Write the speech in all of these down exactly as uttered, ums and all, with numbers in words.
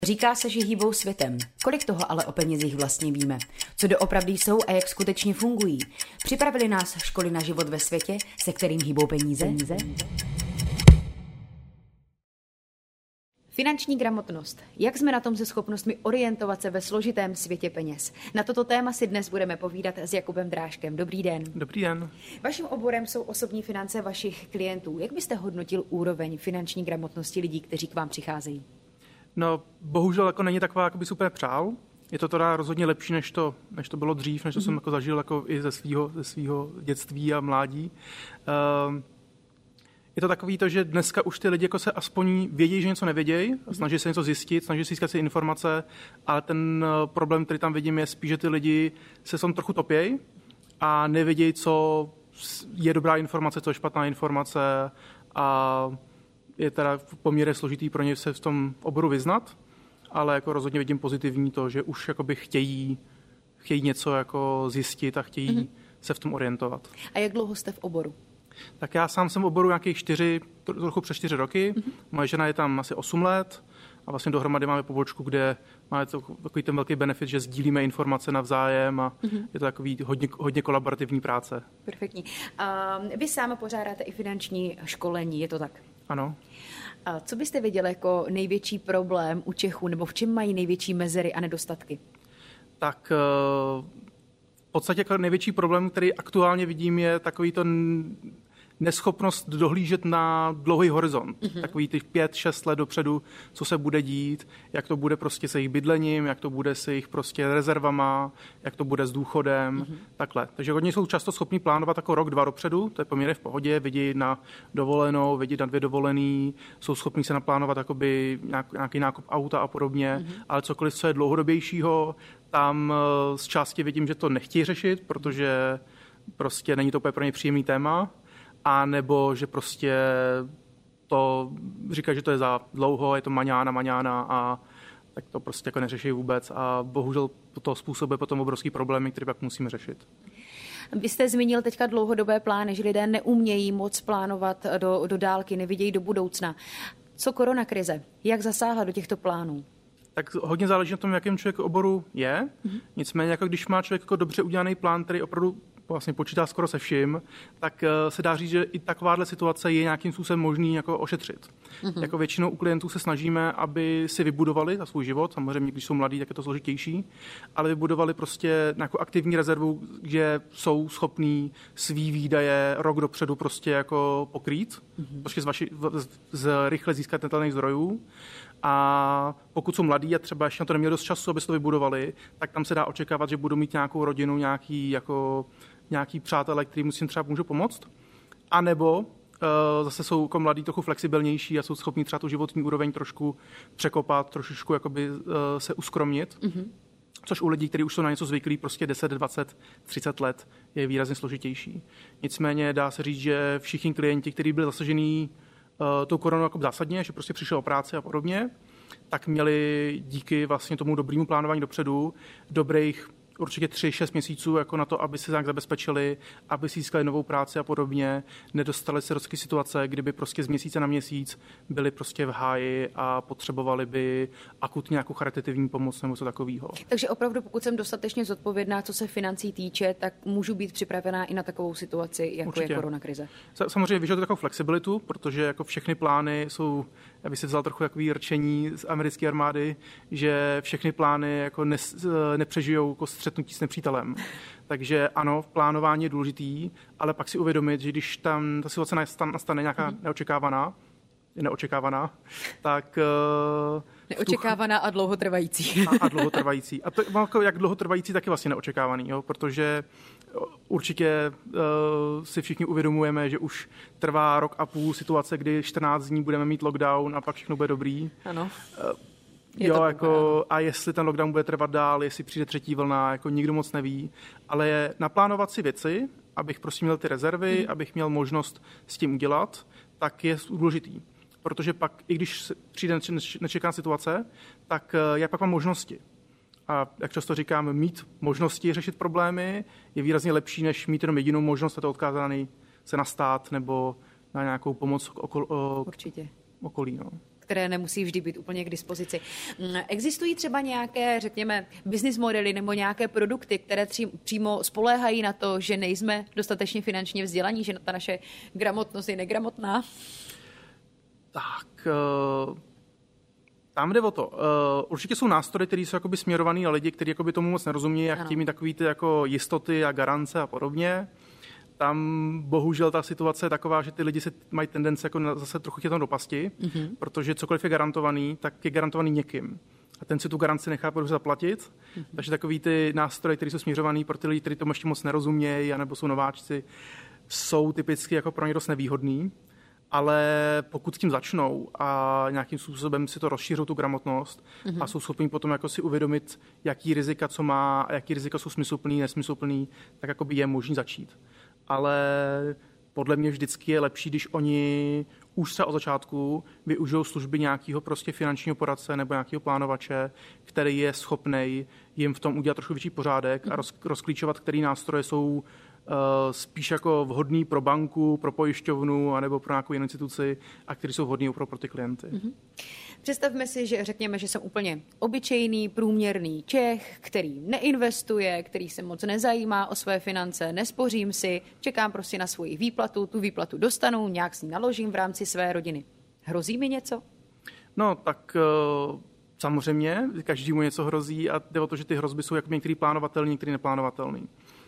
Říká se, že hýbou světem. Kolik toho ale o penězích vlastně víme? Co doopravdy jsou a jak skutečně fungují? Připravili nás školy na život ve světě, se kterým hýbou peníze? peníze? Finanční gramotnost. Jak jsme na tom se schopnostmi orientovat se ve složitém světě peněz? Na toto téma si dnes budeme povídat s Jakubem Drážkem. Dobrý den. Dobrý den. Vaším oborem jsou osobní finance vašich klientů. Jak byste hodnotil úroveň finanční gramotnosti lidí, kteří k vám přicházejí? No, bohužel jako není taková, jak by super přál. Je to teda rozhodně lepší, než to, než to bylo dřív, než to mm-hmm. jsem jako zažil jako i ze svého ze svýho dětství a mládí. Uh, je to takový to, že dneska už ty lidi jako se aspoň vědí, že něco nevědějí, snaží se něco zjistit, snaží se získat si informace, ale ten problém, který tam vidím, je spíš, že ty lidi se v tom trochu topějí a nevědějí, co je dobrá informace, co je špatná informace a je teda poměrně složitý pro ně se v tom oboru vyznat, ale jako rozhodně vidím pozitivní to, že už jakoby chtějí, chtějí něco jako zjistit a chtějí mm-hmm. se v tom orientovat. A jak dlouho jste v oboru? Tak já sám jsem v oboru nějakých čtyři, trochu přes čtyři roky. Mm-hmm. Moje žena je tam asi osm let a vlastně dohromady máme pobočku, kde máme to, takový ten velký benefit, že sdílíme informace navzájem a mm-hmm. je to takový hodně, hodně kolaborativní práce. Perfektní. A vy sám pořádáte i finanční školení, je to tak? Ano. A co byste viděl jako největší problém u Čechů, nebo v čem mají největší mezery a nedostatky? Tak v podstatě jako největší problém, který aktuálně vidím, je takový to neschopnost dohlížet na dlouhý horizont. Mm-hmm. Takový těch pět, šest let dopředu, co se bude dít, jak to bude prostě se jejich bydlením, jak to bude se jejich prostě rezervama, jak to bude s důchodem, mm-hmm. takhle. Takže hodně jsou často schopni plánovat jako rok, dva dopředu, to je poměrně v pohodě, vidí na dovolenou, vidí na dvě dovolený, jsou schopni se naplánovat jakoby nějaký nákup auta a podobně, mm-hmm. ale cokoliv, co je dlouhodobějšího, tam z části vidím, že to nechtějí řešit, protože prostě není to úplně pro ně příjemný téma. A nebo že prostě to říká, že to je za dlouho, je to maňána, maňána a tak to prostě jako neřeší vůbec a bohužel to způsobuje potom obrovský problémy, které pak musíme řešit. Vy jste zmínil teďka dlouhodobé plány, že lidé neumějí moc plánovat do, do dálky, nevidějí do budoucna. Co koronakrize? Jak zasáhla do těchto plánů? Tak hodně záleží na tom, jakým člověk oboru je. Mm-hmm. Nicméně, jako když má člověk jako dobře udělaný plán, který opravdu vlastně počítá skoro se vším, tak se dá říct, že i takováhle situace je nějakým způsobem možný jako ošetřit. Mm-hmm. Jako většinou u klientů se snažíme, aby si vybudovali za svůj život, samozřejmě když jsou mladí, tak je to složitější, ale vybudovali prostě nějakou aktivní rezervu, že jsou schopní svý výdaje rok dopředu prostě jako pokrýt, mm-hmm. prostě z, vaši, z, z rychle získatelných zdrojů. A pokud jsou mladí a třeba ještě na to neměli dost času, aby se to vybudovali, tak tam se dá očekávat, že budou mít nějakou rodinu, nějaký, jako, nějaký přátelé, kterým si třeba můžou pomoct. A nebo uh, zase jsou jako mladí trochu flexibilnější a jsou schopní třeba tu životní úroveň trošku překopat, trošičku jakoby, uh, se uskromnit. Mm-hmm. Což u lidí, kteří už jsou na něco zvyklí, prostě deset, dvacet, třicet let, je výrazně složitější. Nicméně dá se říct, že všichni klienti, kteří byli zasažený tou koronou jako zásadně, že prostě přišel o práci a podobně, tak měli díky vlastně tomu dobrému plánování dopředu dobrých určitě tři šest měsíců jako na to, aby se nějak zabezpečili, aby si získali novou práci a podobně, nedostali se do také situace, kdyby prostě z měsíce na měsíc byli prostě v háji a potřebovali by akutně nějakou charitativní pomoc nebo něco takového. Takže opravdu, pokud jsem dostatečně zodpovědná, co se financí týče, tak můžu být připravená i na takovou situaci, jako určitě je koronakrize. Samozřejmě vyžaduje takovou flexibilitu, protože jako všechny plány jsou, já bych si vzal trochu takový rčení z americké armády, že všechny plány jako ne, nepřežijou jako střetnutí s nepřítelem. Takže ano, plánování je důležitý, ale pak si uvědomit, že když tam ta situace nastane nějaká neočekávaná, neočekávaná, tak... Uh, neočekávaná a dlouhotrvající. A, a dlouhotrvající. A to jako jak dlouhotrvající, tak je vlastně neočekávaný, jo? Protože určitě uh, si všichni uvědomujeme, že už trvá rok a půl situace, kdy čtrnáct dní budeme mít lockdown a pak všechno bude dobrý. Ano. Uh, Jo, jako, a jestli ten lockdown bude trvat dál, jestli přijde třetí vlna, jako nikdo moc neví, ale je naplánovat si věci, abych prostě měl ty rezervy, mm. abych měl možnost s tím udělat, tak je důležitý. Protože pak, i když přijde nečekaná situace, tak já pak mám možnosti. A jak často říkám, mít možnosti řešit problémy je výrazně lepší, než mít jenom jedinou možnost, a to odkázaný se na stát nebo na nějakou pomoc okol, Určitě. okolí. No. které nemusí vždy být úplně k dispozici. Existují třeba nějaké, řekněme, business modely nebo nějaké produkty, které tři, přímo spoléhají na to, že nejsme dostatečně finančně vzdělaní, že ta naše gramotnost je negramotná? Tak... Uh... Tam jde o to. Uh, určitě jsou nástroje, které jsou jakoby směrované na lidi, kteří jakoby tomu moc nerozumí a chtějí mít takový ty jako jistoty a garance a podobně. Tam bohužel ta situace je taková, že ty lidi se mají tendence jako na, zase trochu chytnout do pasti, mm-hmm. protože cokoliv je garantovaný, tak je garantovaný někým. A ten si tu garanci nechá prostě zaplatit. Mm-hmm. Takže takový ty nástroje, které jsou směřované pro ty lidi, kteří tomu ještě moc nerozumějí, anebo jsou nováčci, jsou typicky jako pro ně dost nevýhodný. Ale pokud s tím začnou a nějakým způsobem si to rozšířou tu gramotnost mm-hmm. a jsou schopni potom jako si uvědomit, jaký rizika co má a jaký rizika jsou smysluplný, nesmysluplný, tak jako by je možný začít. Ale podle mě vždycky je lepší, když oni už se od začátku využijou služby nějakého prostě finančního poradce nebo nějakého plánovače, který je schopnej jim v tom udělat trošku větší pořádek mm-hmm. a roz, rozklíčovat, který nástroje jsou Uh, spíš jako vhodný pro banku, pro pojišťovnu anebo pro nějakou instituci a který jsou vhodný pro, pro ty klienty. Mm-hmm. Představme si, že řekněme, že jsem úplně obyčejný, průměrný Čech, který neinvestuje, který se moc nezajímá o své finance, nespořím si, čekám prostě na svoji výplatu, tu výplatu dostanu, nějak si naložím v rámci své rodiny. Hrozí mi něco? No, tak... Uh... Samozřejmě, každému něco hrozí a jde o to, že ty hrozby jsou jako některý plánovatelný, některý neplánovatelný.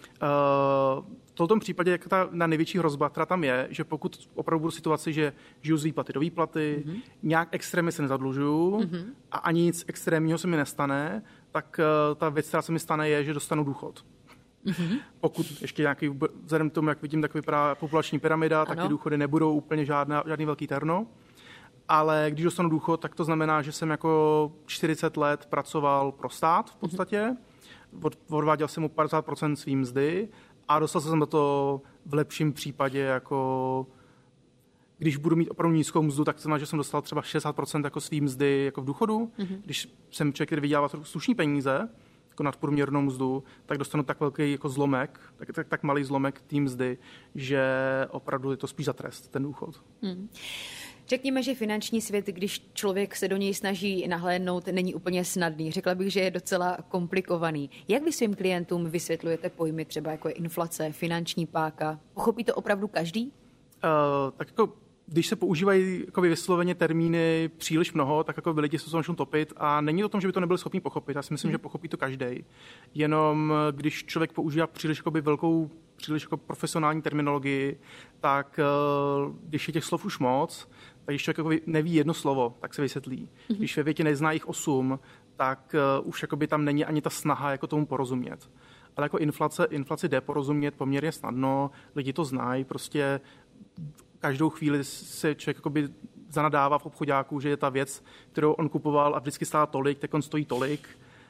V tomto případě jak ta na největší hrozba, která tam je, že pokud opravdu budu v situaci, že žiju z výplaty do výplaty, mm-hmm. nějak extrémně se nezadlužuju mm-hmm. a ani nic extrémního se mi nestane, tak ta věc, která se mi stane, je, že dostanu důchod. Mm-hmm. Pokud ještě nějaký, vzhledem k tomu, jak vidím, tak vypadá populační pyramida, ano. tak ty důchody nebudou úplně žádná, žádný velký terno. Ale když dostanu důchod, tak to znamená, že jsem jako čtyřicet let pracoval pro stát v podstatě, Od, odváděl jsem mu padesát procent svým mzdy a dostal jsem do to v lepším případě jako, když budu mít opravdu nízkou mzdu, tak to znamená, že jsem dostal třeba šedesát procent jako svým mzdy jako v důchodu. Mm-hmm. Když jsem člověk, který vydělává slušný peníze, jako nadprůměrnou mzdu, tak dostanu tak velký jako zlomek, tak, tak, tak malý zlomek té mzdy, že opravdu je to spíš za trest, ten důchod. Mm. Řekněme, že finanční svět, když člověk se do něj snaží nahlédnout, není úplně snadný. Řekla bych, že je docela komplikovaný. Jak vy svým klientům vysvětlujete pojmy třeba jako je inflace, finanční páka? Pochopí to opravdu každý? Uh, tak jako, když se používají jako vysloveně termíny příliš mnoho, tak jako lidi se to začnou topit a není to o tom, že by to nebyli schopni pochopit. Já si myslím, hmm. že pochopí to každý. Jenom když člověk používá příliš jako velkou, příliš jako profesionální terminologii, tak uh, když je těch slov už moc, tak když člověk neví jedno slovo, tak se vysvětlí. Mm-hmm. Když ve větě nezná jich osm, tak uh, už jakoby tam není ani ta snaha jako tomu porozumět. Ale jako inflace, inflaci jde porozumět poměrně snadno, lidi to znají, prostě každou chvíli se člověk jakoby zanadává v obchodáku, že je ta věc, kterou on kupoval a vždycky stála tolik, tak on stojí tolik.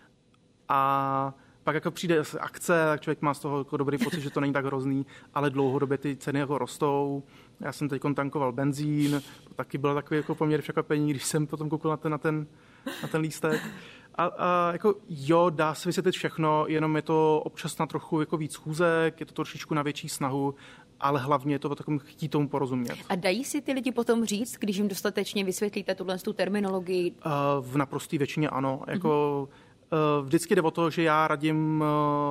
A pak jako přijde akce, tak člověk má z toho jako dobrý pocit, že to není tak hrozný, ale dlouhodobě ty ceny jako rostou. Já jsem teď tankoval benzín, to taky bylo takový jako poměr překvapení, když jsem potom koukal na ten, na ten, na ten lístek. A, a jako jo, dá se vysvětlit všechno, jenom je to občas na trochu jako víc schůzek, je to trošičku na větší snahu, ale hlavně je to o takovém chtít tomu porozumět. A dají si ty lidi potom říct, když jim dostatečně vysvětlíte tuhle tu terminologii? V naprosté většině ano. Jako, mm-hmm. Vždycky jde o to, že já radím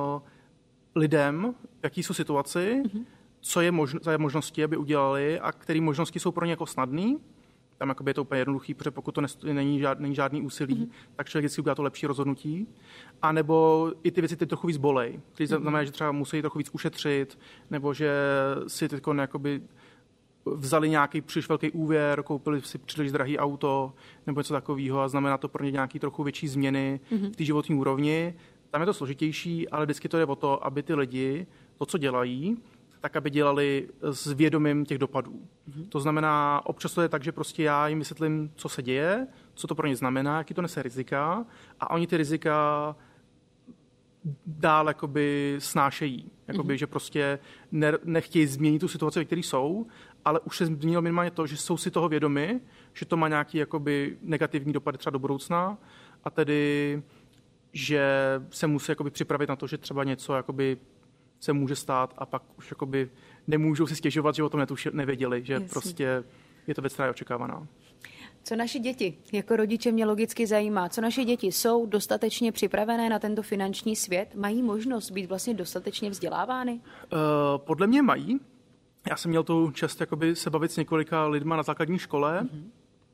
lidem, v jaký jsou situaci, mm-hmm. co je, možno, co je možnosti, aby udělali a které možnosti jsou pro ně jako snadný. Tam jakoby je to úplně jednoduchý, protože pokud to není, žád, není žádný úsilí, mm-hmm. tak člověk vždycky udělá to lepší rozhodnutí. A nebo i ty věci ty trochu víc bolej. To znamená, mm-hmm. že třeba musí trochu víc ušetřit, nebo že si teď jakoby vzali nějaký příliš velký úvěr, koupili si příliš drahý auto, nebo něco takového a znamená to pro ně nějaký trochu větší změny mm-hmm. v té životní úrovni. Tam je to složitější, ale vždycky to je o to, aby ty lidi to, co dělají, tak aby dělali s vědomím těch dopadů. Mm-hmm. To znamená, občas to je tak, že prostě já jim vysvětlím, co se děje, co to pro ně znamená, jaký to nese rizika a oni ty rizika dál jakoby snášejí. Jakoby, mm-hmm. že prostě ne, nechtějí změnit tu situaci, ve které jsou, ale už se změnilo minimálně to, že jsou si toho vědomi, že to má nějaký jakoby negativní dopady třeba do budoucna a tedy, že se musí jakoby připravit na to, že třeba něco jakoby se může stát a pak už jakoby nemůžou si stěžovat, že o tom netuši, nevěděli, že Jasně. prostě je to věc, která je očekávaná. Co naše děti? Jako rodiče mě logicky zajímá, co naše děti jsou dostatečně připravené na tento finanční svět? Mají možnost být vlastně dostatečně vzdělávány? Uh, podle mě mají. Já jsem měl tu čest jakoby, se bavit s několika lidma na základní škole mm-hmm.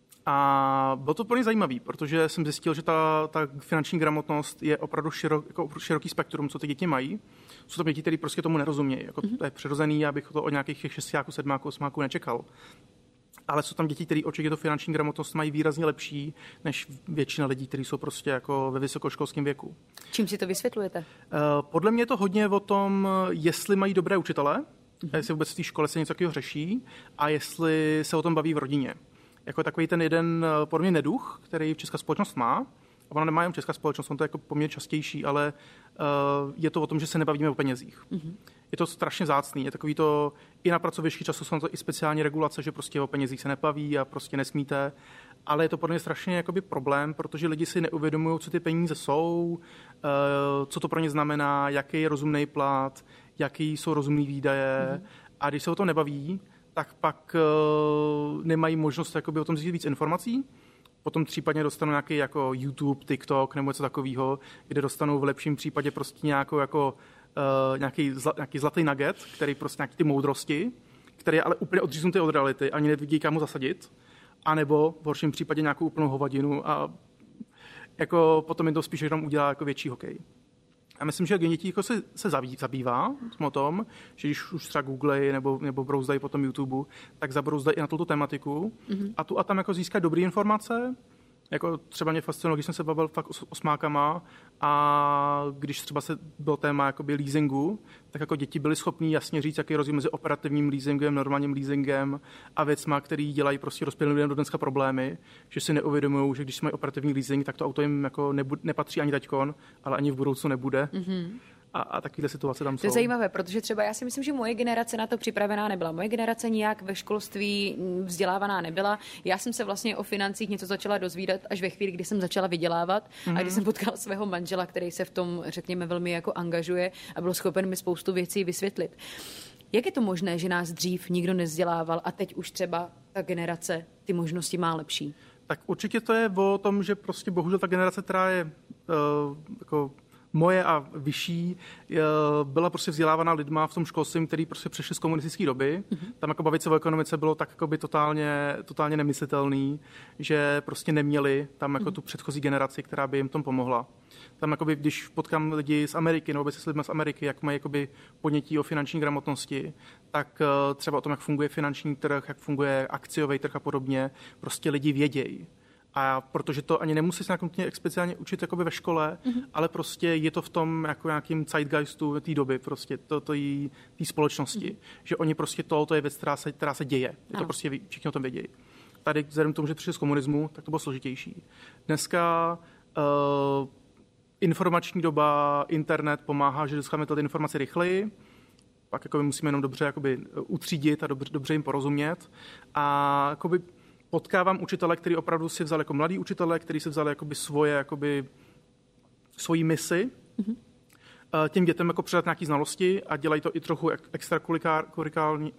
a bylo to pro ně zajímavé, protože jsem zjistil, že ta, ta finanční gramotnost je opravdu širok, jako široký spektrum, co ty děti mají. Jsou to děti, které prostě tomu nerozumějí. Jako, mm-hmm. To je přirozený, abych to od nějakých šestiáků, sedmáků, osmáků nečekal. Ale jsou tam děti, které určitě to finanční gramotnost mají výrazně lepší než většina lidí, kteří jsou prostě jako ve vysokoškolském věku. Čím si to vysvětlujete? Podle mě je to hodně o tom, jestli mají dobré učitele, mm-hmm. jestli vůbec v té škole se něco takového řeší a jestli se o tom baví v rodině. Jako takový ten jeden podle mě neduch, který česká společnost má. A ona nemá jen česká společnost, on to je jako poměrně častější, ale uh, je to o tom, že se nebavíme o penězích. Mm-hmm. Je to strašně vzácný. Je takový to, i na pracovišti často jsou to i speciální regulace, že prostě o penězích se nebaví a prostě nesmíte. Ale je to podle mě strašně jakoby problém, protože lidi si neuvědomují, co ty peníze jsou, uh, co to pro ně znamená, jaký je rozumný plat, jaký jsou rozumný výdaje. Mm-hmm. A když se o to nebaví, tak pak uh, nemají možnost jakoby o tom zjistit víc informací. Potom případně dostanou nějaký jako YouTube, TikTok nebo něco takového, kde dostanou v lepším případě prostě nějakou jako uh, nějaký, zla, nějaký zlatý nugget, který prostě nějaký ty moudrosti, který je ale úplně odříznutý od reality, ani nevidí, kam ho zasadit, anebo v horším případě nějakou úplnou hovadinu a jako potom jim to spíš jenom udělá jako větší hokej. A myslím, že děti jako se, se zabývá o tom, že když už třeba googlejí nebo, nebo brouzdají po tom YouTube, tak zabrouzdají i na tuto tematiku mm-hmm. a tu a tam jako získat dobré informace. Jako třeba mě fascinovalo, když jsem se bavil fakt s osmákama a když třeba se bylo téma jakoby leasingu, tak jako děti byly schopní jasně říct, jaký je rozdíl mezi operativním leasingem, normálním leasingem a věcma, který dělají prostě dospělým lidem do dneska problémy, že si neuvědomují, že když mají operativní leasing, tak to auto jim jako nebu- nepatří ani taťkon, ale ani v budoucnu nebude. Mm-hmm. A, a takovéhle situace tam jsou. To je zajímavé, protože třeba já si myslím, že moje generace na to připravená nebyla. Moje generace nijak ve školství vzdělávaná nebyla. Já jsem se vlastně o financích něco začala dozvídat až ve chvíli, kdy jsem začala vydělávat mm-hmm. a kdy jsem potkala svého manžela, který se v tom, řekněme, velmi jako angažuje a byl schopen mi spoustu věcí vysvětlit. Jak je to možné, že nás dřív nikdo nevzdělával a teď už třeba ta generace ty možnosti má lepší? Tak určitě to je o tom, že prostě bohužel ta generace, která je uh, jako moje a vyšší, byla prostě vzdělávaná lidma v tom školství, který prostě přešli z komunistické doby. Mm-hmm. Tam jako bavit se o ekonomice bylo tak jako by totálně, totálně nemyslitelný, že prostě neměli tam jako mm-hmm. tu předchozí generaci, která by jim tom pomohla. Tam jakoby, když potkám lidi z Ameriky, nebo se s lidmi z Ameriky, jak mají jakoby ponětí o finanční gramotnosti, tak třeba o tom, jak funguje finanční trh, jak funguje akciový trh a podobně, prostě lidi vědějí. A protože to ani nemusí se nějak speciálně učit jakoby ve škole, mm-hmm. ale prostě je to v tom jako nějakým zeitgeistu té doby, prostě to, to jí, té společnosti, mm-hmm. že oni prostě to, to je věc, která se, která se děje. Je to prostě všichni o tom vědějí. Tady vzhledem k tomu, že přišli z komunismu, tak to bylo složitější. Dneska uh, informační doba, internet pomáhá, že dostáváme ty informace rychleji, pak jakoby musíme jenom dobře jakoby utřídit a dobře, dobře jim porozumět. A jakoby potkávám učitele, který opravdu si vzali jako mladý učitele, který si vzali jakoby svoje, jakoby, svoji misi, mm-hmm. těm dětem jako předat nějaké znalosti a dělají to i trochu extrakurikální,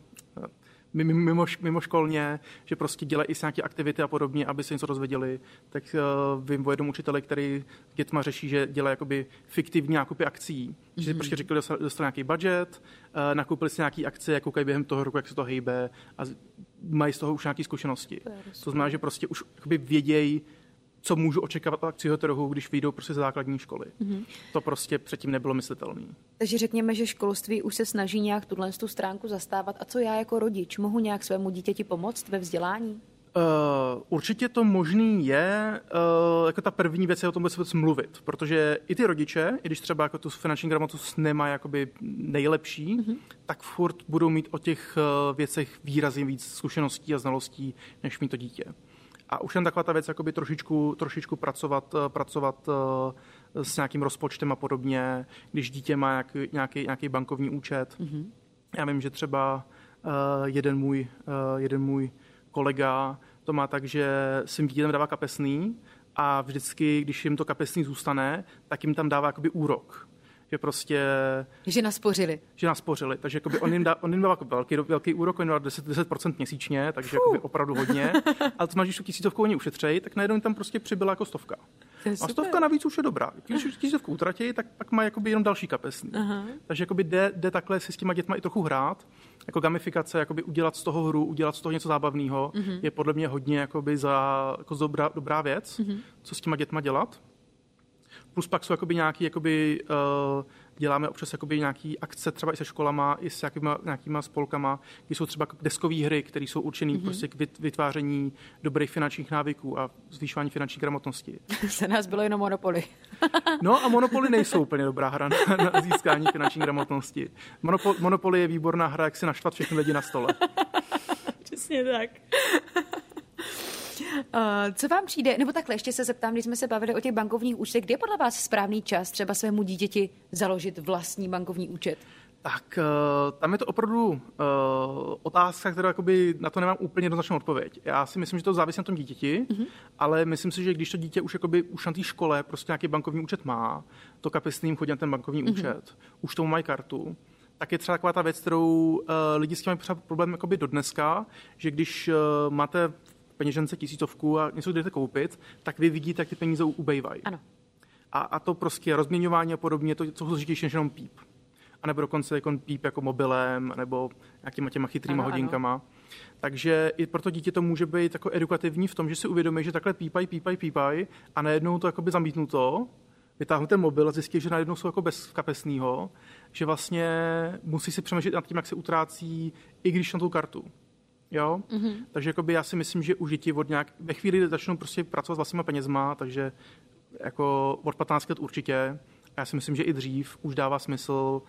mimo, mimoškolně, že prostě dělají i nějaké aktivity a podobně, aby se něco dozvěděli. Tak uh, vím o jednom učiteli, který dětma řeší, že dělá jakoby fiktivní nákupy akcí. Mm-hmm. Že si prostě řekli, že dostali nějaký budget, uh, nakoupili si nějaké akcie, koukají během toho roku, jak se to hejbe a mají z toho už nějaké zkušenosti. To, to znamená, že prostě už vědějí, co můžu očekávat od akciového trhu, když vyjdou prostě ze základní školy. Mm-hmm. To prostě předtím nebylo myslitelné. Takže řekněme, že školství už se snaží nějak tuhle tu stránku zastávat. A co já jako rodič? Mohu nějak svému dítěti pomoct ve vzdělání? Uh, určitě to možný je, uh, jako ta první věc je o tom vůbec mluvit, protože i ty rodiče, i když třeba jako tu finanční gramotnost nemají jakoby nejlepší, mm-hmm. tak furt budou mít o těch uh, věcech výrazně víc zkušeností a znalostí, než mít to dítě. A už jen taková ta věc, jakoby trošičku, trošičku pracovat, pracovat uh, s nějakým rozpočtem a podobně, když dítě má nějaký, nějaký, nějaký bankovní účet. Mm-hmm. Já vím, že třeba uh, jeden můj, uh, jeden můj kolega to má tak, že svým dítětem dává kapesný a vždycky, když jim to kapesný zůstane, tak jim tam dává jakoby úrok. že prostě... Že naspořili. Že naspořili, takže jakoby on jim dá, on jim dá jako velký, velký úrok, on jim dá deset procent měsíčně, takže jakoby opravdu hodně, ale to když tu tisícovku oni ušetřejí, tak najednou jim tam prostě přibyla jako stovka. A stovka navíc už je dobrá. Když už tisícovku utratí, tak pak má jakoby jenom další kapesný. Aha. Takže jakoby jde, jde takhle si s těma dětma i trochu hrát, jako gamifikace, jakoby udělat z toho hru, udělat z toho něco zábavného, mm-hmm. je podle mě hodně jakoby za, jako dobrá, dobrá věc, mm-hmm. co s těma dětma dělat. Plus pak jsou jakoby nějaký, jakoby, uh, děláme občas jakoby nějaký akce třeba i se školama, i s nějakýma, nějakýma spolkama, kde jsou třeba deskové hry, které jsou určené mm-hmm. prostě k vytváření dobrých finančních návyků a zvýšování finanční gramotnosti. Se nás bylo jenom Monopoly. No a Monopoly nejsou úplně dobrá hra na, na získání finanční gramotnosti. Monopol, Monopoly je výborná hra, jak si naštvat všechny lidi na stole. Přesně tak. Uh, co vám přijde, nebo takhle, ještě se zeptám, když jsme se bavili o těch bankovních účtech, kdy je podle vás správný čas třeba svému dítěti založit vlastní bankovní účet? Tak uh, tam je to opravdu uh, otázka, kterou jakoby na to nemám úplně jednoznačnou odpověď. Já si myslím, že to závisí na tom dítěti, mm-hmm. ale myslím si, že když to dítě už, jakoby, už na té škole prostě nějaký bankovní účet má, to kapesným chodí na ten bankovní mm-hmm. účet, už tomu mají kartu, tak je třeba taková ta věc, kterou uh, lidi s tím mají problém jakoby do dneska, že když uh, máte peněžence tisícovku a něco jdete koupit, tak vy vidíte, jak ty peníze ubejvají. Ano. A, a to prostě rozměňování a podobně, to jsou složitější než jenom píp. A nebo dokonce jako píp jako mobilem, nebo nějakýma těma chytrýma ano, hodinkama. Ano. Takže i pro to dítě to může být jako edukativní v tom, že si uvědomí, že takhle pípají, pípají, pípají a najednou to jakoby zamítnuto, vytáhnu ten mobil a zjistí, že najednou jsou jako bez kapesného, že vlastně musí si přemýšlet nad tím, jak se utrácí, i když na tu kartu. Jo? Mm-hmm. Takže jakoby já si myslím, že už děti od nějak, ve chvíli začnou prostě pracovat s vlastníma penězma, takže jako od patnáct let určitě. A já si myslím, že i dřív už dává smysl.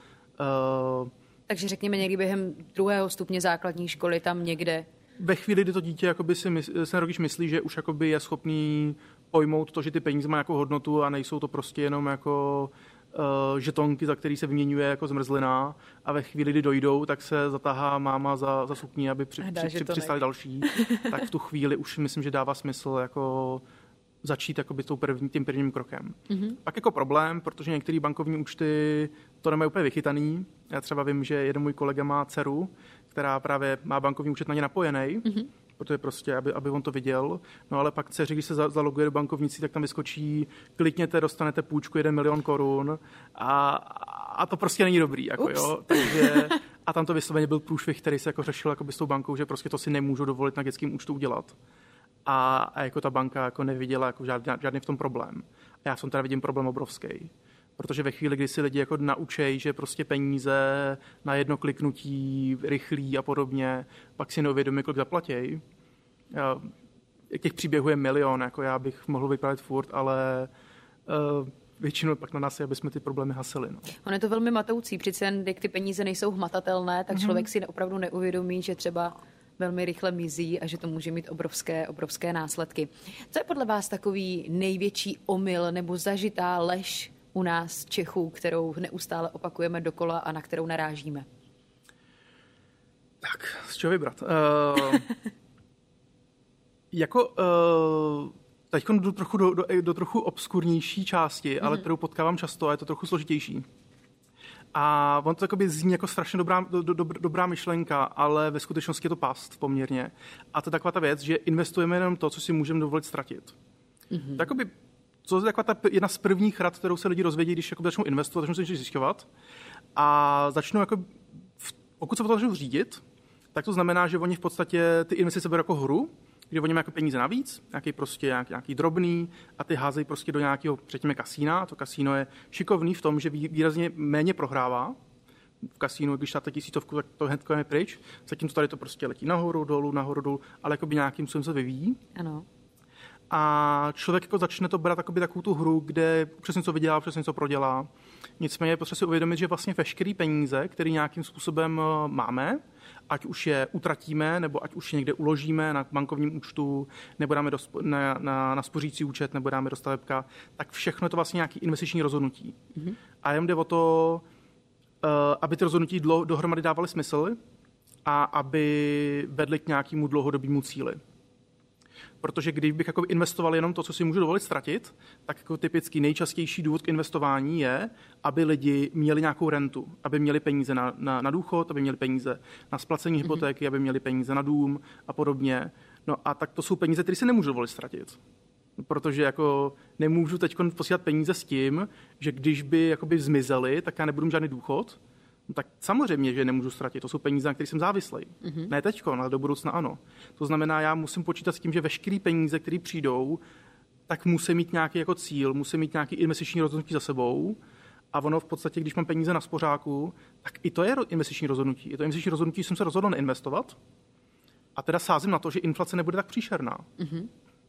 Uh, takže řekněme někdy během druhého stupně základní školy tam někde. Ve chvíli, kdy to dítě jakoby si mysl, ten rodič myslí, že už jakoby je schopný pojmout to, že ty peníze mají jako hodnotu a nejsou to prostě jenom jako uh, žetonky, za který se vyměňuje jako zmrzlina, a ve chvíli, kdy dojdou, tak se zatáhá máma za, za sukní, aby při, při, při, přistali další. Tak v tu chvíli už myslím, že dává smysl jako začít jakoby tou první, tím prvním krokem. Mm-hmm. Pak jako problém, protože některé bankovní účty to nemají úplně vychytaný. Já třeba vím, že jeden můj kolega má dceru, která právě má bankovní účet na ně napojený, mm-hmm. protože prostě, aby, aby on to viděl. No ale pak dceři, když se zaloguje do bankovnicí, tak tam vyskočí, klikněte, dostanete půjčku jeden milion korun a, a to prostě není dobrý. Jako, jo? Takže, a tam to vysloveně byl průšvih, který se jako řešil jakoby s tou bankou, že prostě to si nemůžu dovolit na dětském účtu udělat. A, a jako ta banka jako neviděla jako žádný, žádný v tom problém. A já v tom teda vidím problém obrovský. Protože ve chvíli, kdy si lidi jako naučejí, že prostě peníze na jedno kliknutí, rychlý a podobně, pak si neuvědomí, kolik zaplatí. Já, těch příběhů je milion, jako já bych mohl vyprávět furt, ale uh, většinou pak na nás je, aby jsme ty problémy hasili. No. Ono je to velmi matoucí, přece jen, jak ty peníze nejsou hmatatelné, tak mm-hmm. člověk si opravdu neuvědomí, že třeba velmi rychle mizí a že to může mít obrovské, obrovské následky. Co je podle vás takový největší omyl nebo zažitá lež u nás Čechů, kterou neustále opakujeme dokola a na kterou narážíme? Tak, z čeho vybrat? Uh, jako uh, teď jdu trochu do, do, do trochu obskurnější části, mm. ale kterou potkávám často a je to trochu složitější. A on to takoby zní jako strašně dobrá, do, do, dobrá myšlenka, ale ve skutečnosti je to past poměrně. A to je taková ta věc, že investujeme jenom to, co si můžeme dovolit ztratit. Mm-hmm. Takoby, co je taková ta jedna z prvních rad, kterou se lidi rozvědí, když jakoby začnou investovat, začnou se něco zjišťovat. A začnou, jako, pokud se to začnou řídit, tak to znamená, že oni v podstatě ty investice berou jako hru, kde oni mají jako peníze navíc, nějaký prostě nějaký, nějaký drobný, a ty házejí prostě do nějakého, řekněme, kasína. To kasíno je šikovný v tom, že výrazně méně prohrává. V kasínu, když dáte tisícovku, tak to hned je pryč. Zatímco tady to prostě letí nahoru, dolů, nahoru, dolů, ale jakoby nějakým způsobem se vyvíjí. Ano. A člověk jako začne to brát jakoby takovou tu hru, kde přesně něco vydělá, přesně něco prodělá. Nicméně je potřeba si uvědomit, že vlastně veškeré peníze, které nějakým způsobem máme, ať už je utratíme, nebo ať už je někde uložíme na bankovním účtu, nebo dáme do, na, na, na spořící účet, nebo dáme do stavebka, tak všechno je to vlastně nějaké investiční rozhodnutí. Mm-hmm. A jen jde o to, aby ty rozhodnutí dlo, dohromady dávaly smysl a aby vedly k nějakému dlouhodobému cíli. Protože když bych jako investoval jenom to, co si můžu dovolit ztratit, tak jako typický nejčastější důvod k investování je, aby lidi měli nějakou rentu, aby měli peníze na, na, na důchod, aby měli peníze na splacení mm-hmm. hypotéky, aby měli peníze na dům a podobně. No a tak to jsou peníze, které si nemůžu dovolit ztratit. Protože jako nemůžu teď posílat peníze s tím, že když by jakoby zmizely, tak já nebudu mít žádný důchod. No tak samozřejmě, že nemůžu ztratit. To jsou peníze, na kterých jsem závislý. Mm-hmm. Ne teďko, ale do budoucna ano. To znamená, já musím počítat s tím, že veškeré peníze, které přijdou, tak musí mít nějaký jako cíl, musí mít nějaký investiční rozhodnutí za sebou. A ono v podstatě, když mám peníze na spořáku, tak i to je investiční rozhodnutí. Je to investiční rozhodnutí, že jsem se rozhodl neinvestovat. A teda sázím na to, že inflace nebude tak příšerná. Mm-hmm.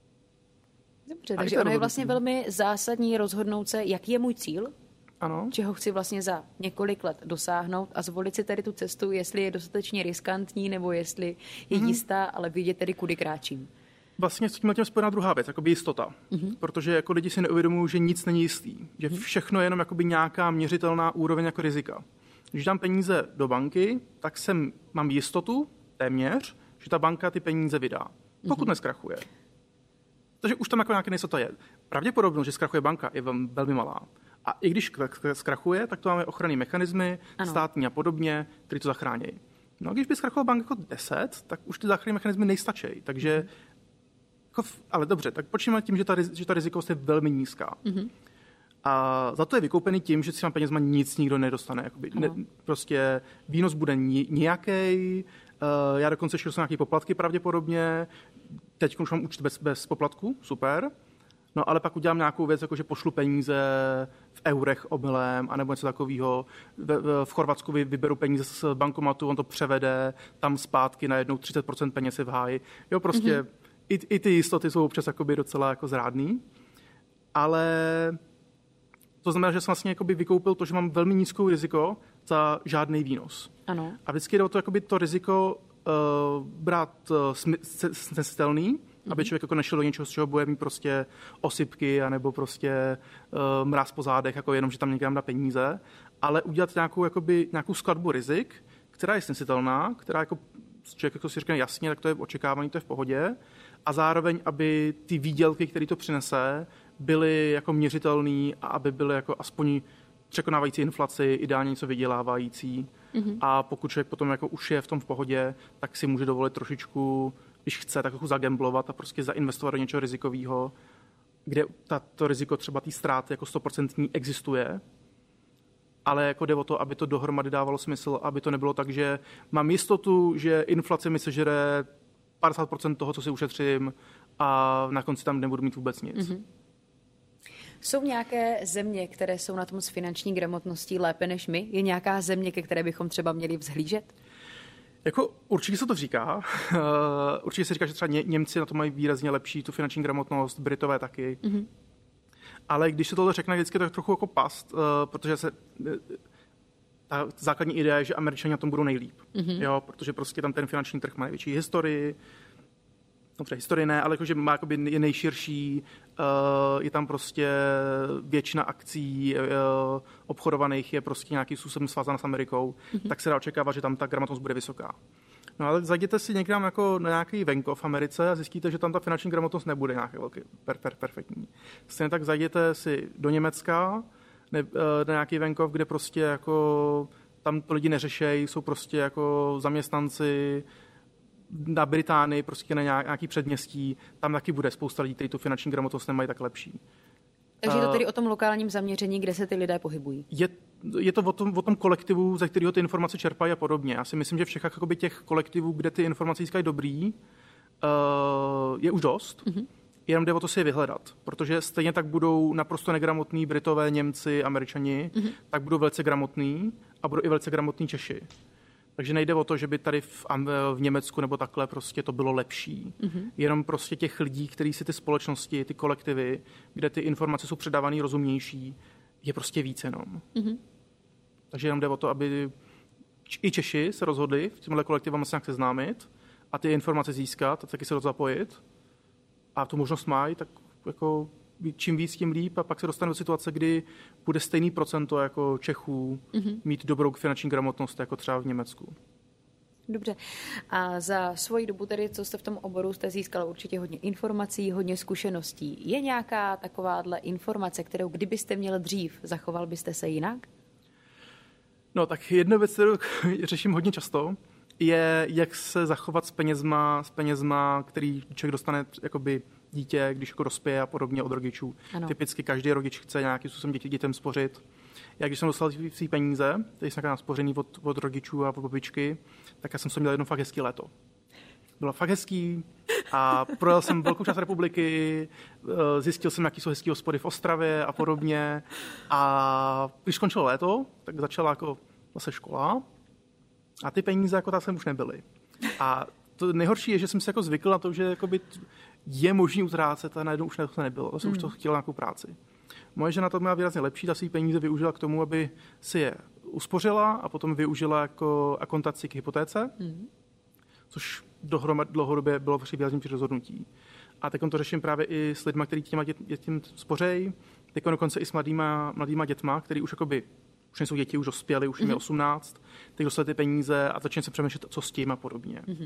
Dobře, takže ono je vlastně velmi zásadní rozhodnout se, jaký je můj cíl, ano. Čeho chci vlastně za několik let dosáhnout a zvolit si tady tu cestu, jestli je dostatečně riskantní, nebo jestli je mm-hmm. jistá, ale vidět tedy, kudy kráčím. Vlastně s tím spojená druhá věc, jakoby jistota. Mm-hmm. Protože jako lidi si neuvědomují, že nic není jistý. Že mm-hmm. všechno je jenom jakoby nějaká měřitelná úroveň jako rizika. Když dám peníze do banky, tak jsem, mám jistotu, téměř, že ta banka ty peníze vydá. Pokud mm-hmm. neskrachuje. Takže už tam jako nějaké nejistota je. Pravděpodobnost, že zkrachuje banka, je velmi malá. A i když zkrachuje, tak to máme ochranné mechanismy, ano. státní a podobně, které to zachrání. No a když by zkrachoval banka jako deset, tak už ty záchranné mechanismy nejstačí. Takže, mm-hmm. jako, ale dobře, tak počínáme tím, že ta, že ta rizikovost je velmi nízká. Mm-hmm. A za to je vykoupený tím, že s těma penězma nic nikdo nedostane. Jakoby, ne, prostě výnos bude nějaký. Uh, já dokonce šel jsem nějaké poplatky pravděpodobně. Teď už mám účet bez, bez poplatku, super. No ale pak udělám nějakou věc, jako že pošlu peníze v eurech omylem, anebo něco takového. V, v, v Chorvatsku vy, vyberu peníze z bankomatu, on to převede, tam zpátky najednou třicet procent peněz je v háji. Jo, prostě mm-hmm. i, i ty jistoty jsou občas jakoby docela jako zrádný. Ale to znamená, že jsem vlastně jakoby vykoupil to, že mám velmi nízkou riziko za žádný výnos. Ano. A vždycky jde o to, jakoby to riziko uh, brát uh, snesitelný, mm-hmm. aby člověk jako nešel do něčeho, z čeho bude mít prostě osypky anebo prostě uh, mráz po zádech, jako jenom, že tam někde dá peníze, ale udělat nějakou, jakoby, nějakou skladbu rizik, která je snesitelná, která jako člověk jako si řekne jasně, tak to je očekávání, to je v pohodě, a zároveň, aby ty výdělky, které to přinese, byly jako měřitelný a aby byly jako aspoň překonávající inflaci, ideálně něco vydělávající. Mm-hmm. A pokud člověk potom jako už je v tom v pohodě, tak si může dovolit trošičku, když chce, tak jako zagamblovat a prostě zainvestovat do něčeho rizikového, kde to riziko třeba té ztráty jako stoprocentní existuje, ale jako jde o to, aby to dohromady dávalo smysl, aby to nebylo tak, že mám jistotu, že inflace mi sežere padesát procent toho, co si ušetřím, a na konci tam nebudu mít vůbec nic. Mm-hmm. Jsou nějaké země, které jsou na tom s finanční gramotností lépe než my? Je nějaká země, ke které bychom třeba měli vzhlížet? Jako určitě se to říká. Určitě se říká, že třeba Ně- Němci na to mají výrazně lepší tu finanční gramotnost, Britové taky. Mm-hmm. Ale když se tohle řekne, vždycky to je trochu jako past, protože se ta základní idea je, že Američané na tom budou nejlíp. Mm-hmm. Jo, protože prostě tam ten finanční trh má největší historii, dobře, historii ne, ale jakože má, jakoby, je nejširší, uh, je tam prostě většina akcí uh, obchodovaných je prostě nějakým způsobem svázána s Amerikou, mm-hmm. tak se dá očekávat, že tam ta gramotnost bude vysoká. No ale zajděte si někam jako na nějaký venkov v Americe a zjistíte, že tam ta finanční gramotnost nebude nějaký velký, per, per, perfektní. Stejně tak zajděte si do Německa, ne, uh, na nějaký venkov, kde prostě jako tam to lidi neřešejí, jsou prostě jako zaměstnanci, na Británii, prostě na nějaký předměstí, tam taky bude spousta lidí, kteří tu finanční gramotnost nemají tak lepší. Takže je to tedy o tom lokálním zaměření, kde se ty lidé pohybují? Je, je to o tom, o tom kolektivu, ze kterého ty informace čerpají a podobně. Já si myslím, že všech jakoby, těch kolektivů, kde ty informace získají dobrý, uh, je už dost. Mm-hmm. Jenom jde o to si je vyhledat, protože stejně tak budou naprosto negramotní Britové, Němci, Američani, mm-hmm. tak budou velice gramotní a budou i velice gramotní Češi. Takže nejde o to, že by tady v, v Německu nebo takhle prostě to bylo lepší. Mm-hmm. Jenom prostě těch lidí, kteří si ty společnosti, ty kolektivy, kde ty informace jsou předávané rozumnější, je prostě víc jenom. Mm-hmm. Takže jenom jde o to, aby i Češi se rozhodli v těmhle kolektivama se nějak seznámit a ty informace získat a taky se zapojit. A tu možnost mají, tak jako čím víc, tím líp, a pak se dostane do situace, kdy bude stejný procento jako Čechů mm-hmm. mít dobrou finanční gramotnost jako třeba v Německu. Dobře. A za svoji dobu tedy, co jste v tom oboru, jste získala určitě hodně informací, hodně zkušeností. Je nějaká takováhle informace, kterou kdybyste měl dřív, zachoval byste se jinak? No tak jedna věc, kterou řeším hodně často, je, jak se zachovat s penězma, s penězma, který člověk dostane jakoby dítě, když jako dospěje a podobně od rodičů. Ano. Typicky každý rodič chce nějakým způsobem děti, dětem spořit. Já když jsem dostal svý peníze, které jsem spořený od, od rodičů a od babičky, tak já jsem si měl jedno fakt hezký léto. Bylo fakt hezký a projel jsem velkou část republiky, zjistil jsem, jaký jsou hezký hospody v Ostravě a podobně. A když skončilo léto, tak začala jako zase škola a ty peníze jako tak jsem už nebyly. A to nejhorší je, že jsem si jako zvykl na to, že jakoby je možný utrácet a najednou už to nebylo. To jsem mm. už to chtěl nějakou práci. Moje žena to měla výrazně lepší, ta svý peníze využila k tomu, aby si je uspořila a potom využila jako akontaci k hypotéce, mm. což dohromad, dlouhodobě bylo výraznější rozhodnutí. A teď to řeším právě i s lidmi, kteří těma dět, dětím spořejí, teď dokonce i s mladýma, mladýma dětma, který už jakoby, už nejsou děti, už dospěli, už jim je osmnáct, teď dostali ty peníze a začne se přemýšlet, co s tím a podobně. Mm.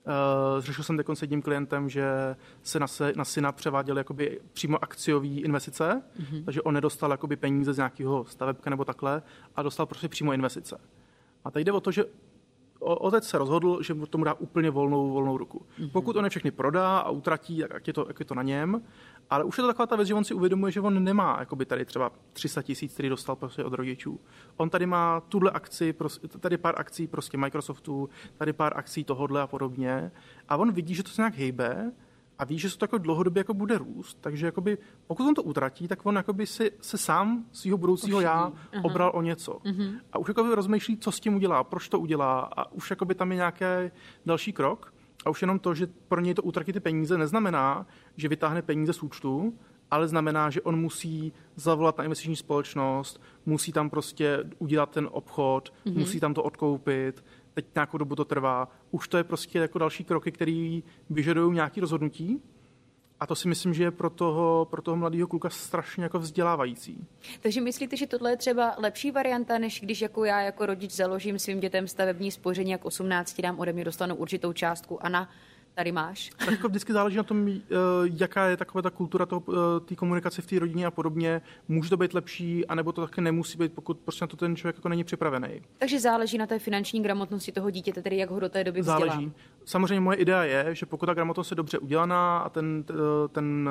Uh, zřešil jsem dokonce jedním klientem, že se na, se na syna převáděly jakoby přímo akciové investice, mm-hmm. takže on nedostal jakoby peníze z nějakého stavebka nebo takhle, a dostal prostě přímo investice. A teď jde o to, že otec se rozhodl, že tomu dá úplně volnou, volnou ruku. Mm-hmm. Pokud on je všechny prodá a utratí, tak je to, jak je to na něm. Ale už je to taková ta věc, že on si uvědomuje, že on nemá jakoby tady třeba tři sta tisíc, který dostal prostě od rodičů. On tady má tuhle akci, tady pár akcí prostě Microsoftu, tady pár akcí tohodle a podobně. A on vidí, že to se nějak hejbe a ví, že se to jako dlouhodobě jako bude růst. Takže jakoby, pokud on to utratí, tak on jakoby si, se sám svého budoucího já obral o něco. Uh-huh. A už jakoby rozmýšlí, co s tím udělá, proč to udělá a už jakoby tam je nějaký další krok. A už jenom to, že pro něj to utratit ty peníze, neznamená, že vytáhne peníze z účtu, ale znamená, že on musí zavolat na investiční společnost, musí tam prostě udělat ten obchod, mm-hmm. musí tam to odkoupit, teď nějakou dobu to trvá. Už to je prostě jako další kroky, které vyžadují nějaké rozhodnutí. A to si myslím, že je pro toho, pro toho mladého kluka strašně jako vzdělávající. Takže myslíte, že tohle je třeba lepší varianta, než když jako já jako rodič založím svým dětem stavební spoření, jak osmnácti dám ode mě dostanou určitou částku a na tady máš? Tak jako vždycky záleží na tom, jaká je taková ta kultura té komunikace v té rodině a podobně. Může to být lepší, anebo to taky nemusí být, pokud prostě na to ten člověk jako není připravený. Takže záleží na té finanční gramotnosti toho dítěte, tedy jak ho do té doby vzdělá. Záleží. Samozřejmě moje idea je, že pokud ta gramotnost je dobře udělaná a ten, ten,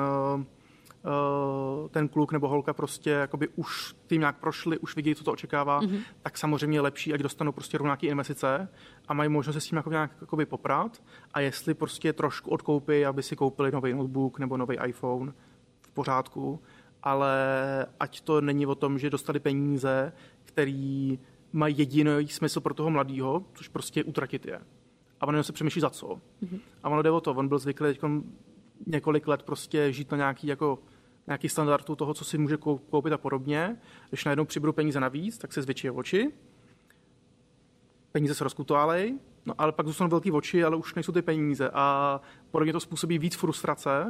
ten kluk nebo holka prostě jakoby už tím nějak prošli, už vidí, co to očekává, mm-hmm. tak samozřejmě je lepší, ať dostanou prostě nějaké investice a mají možnost se s tím jako nějak jakoby poprat a jestli prostě trošku odkoupí, aby si koupili nový notebook nebo nový iPhone, v pořádku, ale ať to není o tom, že dostali peníze, který mají jediný smysl pro toho mladého, což prostě utratit je. A on se přemýšlí za co. Mm-hmm. A ono jde o to, on byl zvyklý několik let prostě žít na nějaký jako nějaký standardu toho, co si může koupit a podobně. Když najednou přibudou peníze navíc, tak se zvětší oči. Peníze se rozkutoválejí, no ale pak zůstanou velký oči, ale už nejsou ty peníze. A podobně to způsobí víc frustrace,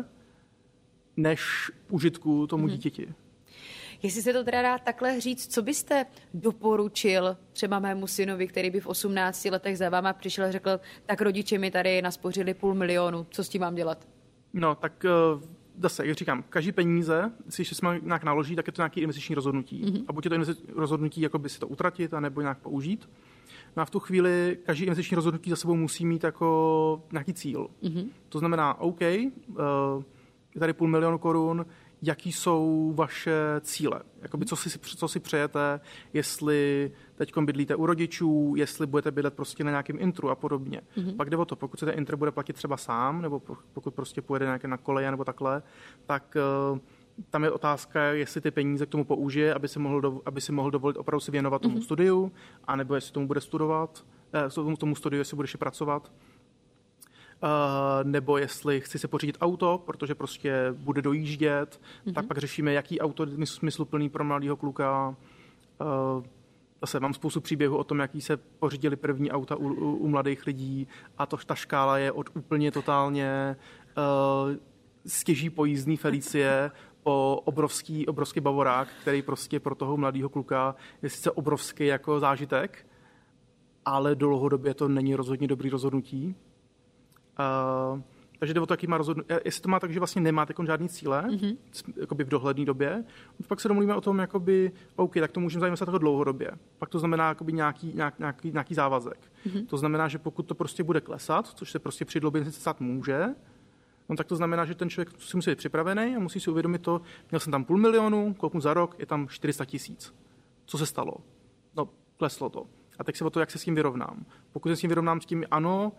než užitku tomu mm-hmm. dítěti. Jestli se to teda dá takhle říct, co byste doporučil třeba mému synovi, který by v osmnácti letech za váma přišel a řekl, tak rodiče mi tady naspořili půl milionu, co s tím mám dělat? No, tak zase, jak říkám, každý peníze, když se nějak naloží, tak je to nějaké investiční rozhodnutí. Mm-hmm. A buď je to investiční rozhodnutí, jako by si to utratit, anebo nějak použít. No a v tu chvíli každý investiční rozhodnutí za sebou musí mít jako nějaký cíl. Mm-hmm. To znamená, OK, je tady půl milionu korun, jaký jsou vaše cíle, jakoby co si, co si přejete, jestli teď bydlíte u rodičů, jestli budete bydlet prostě na nějakém intru a podobně. Mm-hmm. Pak jde o to, pokud se ten intr bude platit třeba sám, nebo pokud prostě pojede nějaké na koleje nebo takhle, tak uh, tam je otázka, jestli ty peníze k tomu použije, aby si mohl, do, aby si mohl dovolit opravdu si věnovat tomu mm-hmm. studiu, anebo jestli tomu bude studovat, eh, tomu, tomu studiu, jestli budeš pracovat. Uh, nebo jestli chci se pořídit auto, protože prostě bude dojíždět, mm-hmm. tak pak řešíme, jaký auto je smysluplný pro mladého kluka. Uh, zase mám spoustu příběhů o tom, jaký se pořídili první auta u, u, u mladých lidí a to, ta škála je od úplně totálně uh, stěží pojízdný Felicie po obrovský, obrovský Bavorák, který prostě pro toho mladého kluka je sice obrovský jako zážitek, ale dlouhodobě to není rozhodně dobrý rozhodnutí. Uh, takže jde o to, jaký má rozhodnutí. Jestli to má tak, že vlastně nemáte jako žádný cíle, mm-hmm. jakoby v dohledné době, pak se domluvíme o tom, jakoby, OK, tak to můžeme zajímat se jako dlouhodobě. Pak to znamená jakoby nějaký, nějak, nějaký, nějaký závazek. Mm-hmm. To znamená, že pokud to prostě bude klesat, což se prostě při dlouhodobě stát může, no tak to znamená, že ten člověk si musí být připravený a musí si uvědomit to, měl jsem tam půl milionu, kouknu za rok, je tam čtyři sta tisíc. Co se stalo? No, kleslo to. A teď se o to, jak se s tím vyrovnám. Pokud se s tím vyrovnám s tím, ano,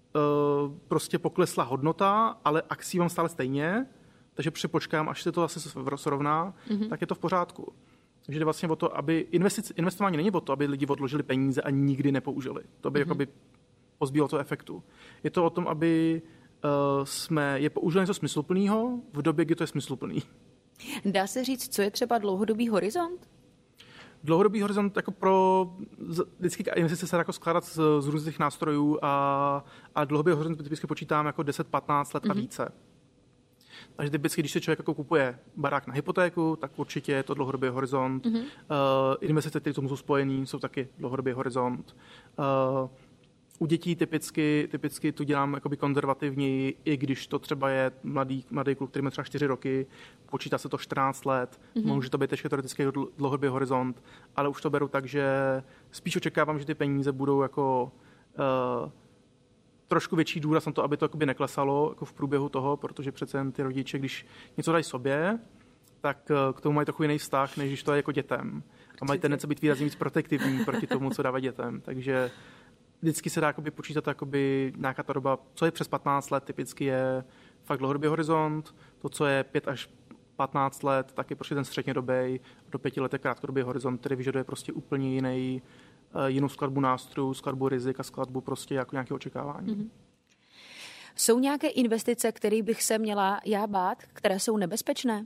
prostě poklesla hodnota, ale akcí mám stále stejně, takže přepočkám, až se to zase srovná, mm-hmm. tak je to v pořádku. Takže jde vlastně o to, aby investic, investování není o to, aby lidi odložili peníze a nikdy nepoužili. To by mm-hmm. jakoby pozbílo to efektu. Je to o tom, aby uh, jsme je použili něco smysluplného v době, kdy to je smysluplný. Dá se říct, co je třeba dlouhodobý horizont? Dlouhodobý horizont jako pro vždycky investice se jako skládat z, z různých nástrojů a, a dlouhodobý horizont typicky počítám jako deset patnáct let mm-hmm. a více. Takže typicky, když se člověk jako kupuje barák na hypotéku, tak určitě je to dlouhodobý horizont. Mm-hmm. Uh, investice, které tomu jsou spojený, jsou taky dlouhodobý horizont. Uh, U dětí typicky, typicky to dělám jakoby konzervativněji, i když to třeba je mladý, mladý kluk, který má třeba čtyři roky, počítá se to čtrnáct let, mm-hmm. může to být ještě teoretický dlouhodobý horizont, ale už to beru tak, že spíš očekávám, že ty peníze budou jako uh, trošku větší důraz na to, aby to jakoby neklesalo jako v průběhu toho, protože přece jen ty rodiče, když něco dají sobě, tak uh, k tomu mají takový jiný vztah, než když to je jako dětem. A mají tendence být výrazně víc protektivní proti tomu, co dávají dětem. Takže vždycky se dá jakoby počítat jakoby nějaká ta doba, co je přes patnáct let, typicky je fakt dlouhodobý horizont, to, co je pět až patnáct let, tak je prostě ten střednědobý, do pěti let je krátkodobý horizont, který vyžaduje prostě úplně jiný, jinou skladbu nástrojů, skladbu rizik a skladbu prostě jako nějaké očekávání. Mm-hmm. Jsou nějaké investice, které bych se měla já bát, které jsou nebezpečné?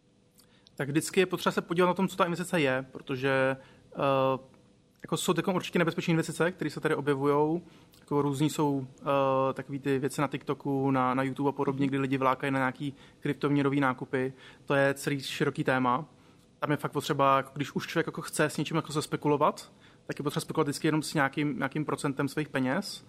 Tak vždycky je potřeba se podívat na tom, co ta investice je, protože uh, jako jsou takové určitě nebezpečné investice, které se tady objevují. Jako různí jsou uh, takové ty věci na TikToku, na, na YouTube a podobně, kdy lidi vlákají na nějaký kryptoměnový nákupy. To je celý široký téma. Tam je fakt potřeba, když už člověk jako chce s něčím jako se spekulovat, tak je potřeba spekulovat vždycky jenom s nějakým, nějakým procentem svých peněz.